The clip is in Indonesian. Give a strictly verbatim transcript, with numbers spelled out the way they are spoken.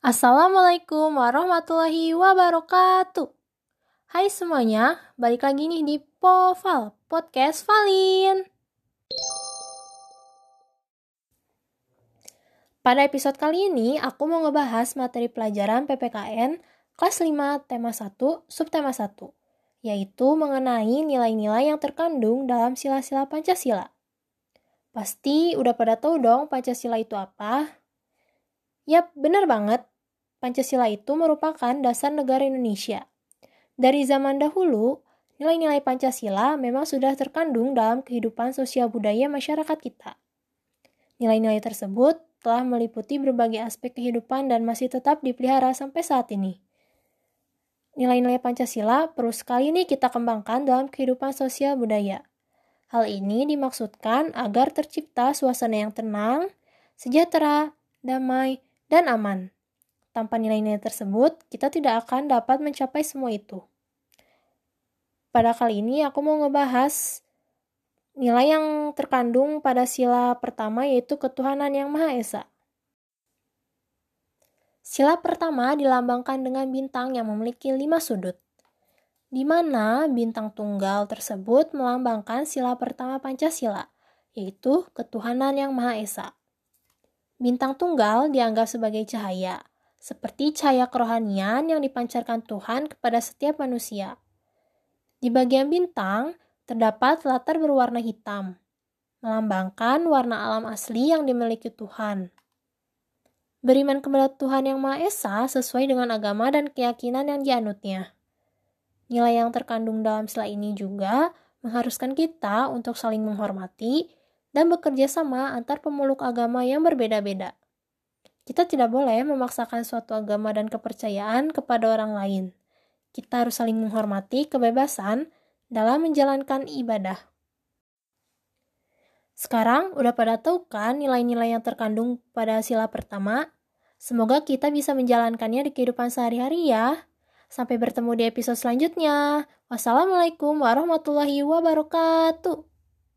Assalamualaikum warahmatullahi wabarakatuh. Hai semuanya, balik lagi nih di Poval, Podcast Valin. Pada episode kali ini, aku mau ngebahas materi pelajaran P P K N kelas lima tema satu, subtema satu, yaitu mengenai nilai-nilai yang terkandung dalam sila-sila Pancasila. Pasti udah pada tahu dong Pancasila itu apa? Yap, bener banget. Pancasila itu merupakan dasar negara Indonesia. Dari zaman dahulu, nilai-nilai Pancasila memang sudah terkandung dalam kehidupan sosial budaya masyarakat kita. Nilai-nilai tersebut telah meliputi berbagai aspek kehidupan dan masih tetap dipelihara sampai saat ini. Nilai-nilai Pancasila perlu sekali nih kita kembangkan dalam kehidupan sosial budaya. Hal ini dimaksudkan agar tercipta suasana yang tenang, sejahtera, damai, dan aman. Tanpa nilai-nilai tersebut, kita tidak akan dapat mencapai semua itu. Pada kali ini aku mau ngebahas nilai yang terkandung pada sila pertama, yaitu ketuhanan yang Maha Esa. Sila pertama dilambangkan dengan bintang yang memiliki lima sudut, di mana bintang tunggal tersebut melambangkan sila pertama Pancasila, yaitu ketuhanan yang Maha Esa. Bintang tunggal dianggap sebagai cahaya, seperti cahaya kerohanian yang dipancarkan Tuhan kepada setiap manusia. Di bagian bintang, terdapat latar berwarna hitam, melambangkan warna alam asli yang dimiliki Tuhan. Beriman kepada Tuhan yang Maha Esa sesuai dengan agama dan keyakinan yang dianutnya. Nilai yang terkandung dalam sila ini juga mengharuskan kita untuk saling menghormati dan bekerja sama antar pemeluk agama yang berbeda-beda. Kita tidak boleh memaksakan suatu agama dan kepercayaan kepada orang lain. Kita harus saling menghormati kebebasan dalam menjalankan ibadah. Sekarang udah pada tahu kan nilai-nilai yang terkandung pada sila pertama? Semoga kita bisa menjalankannya di kehidupan sehari-hari ya. Sampai bertemu di episode selanjutnya. Wassalamualaikum warahmatullahi wabarakatuh.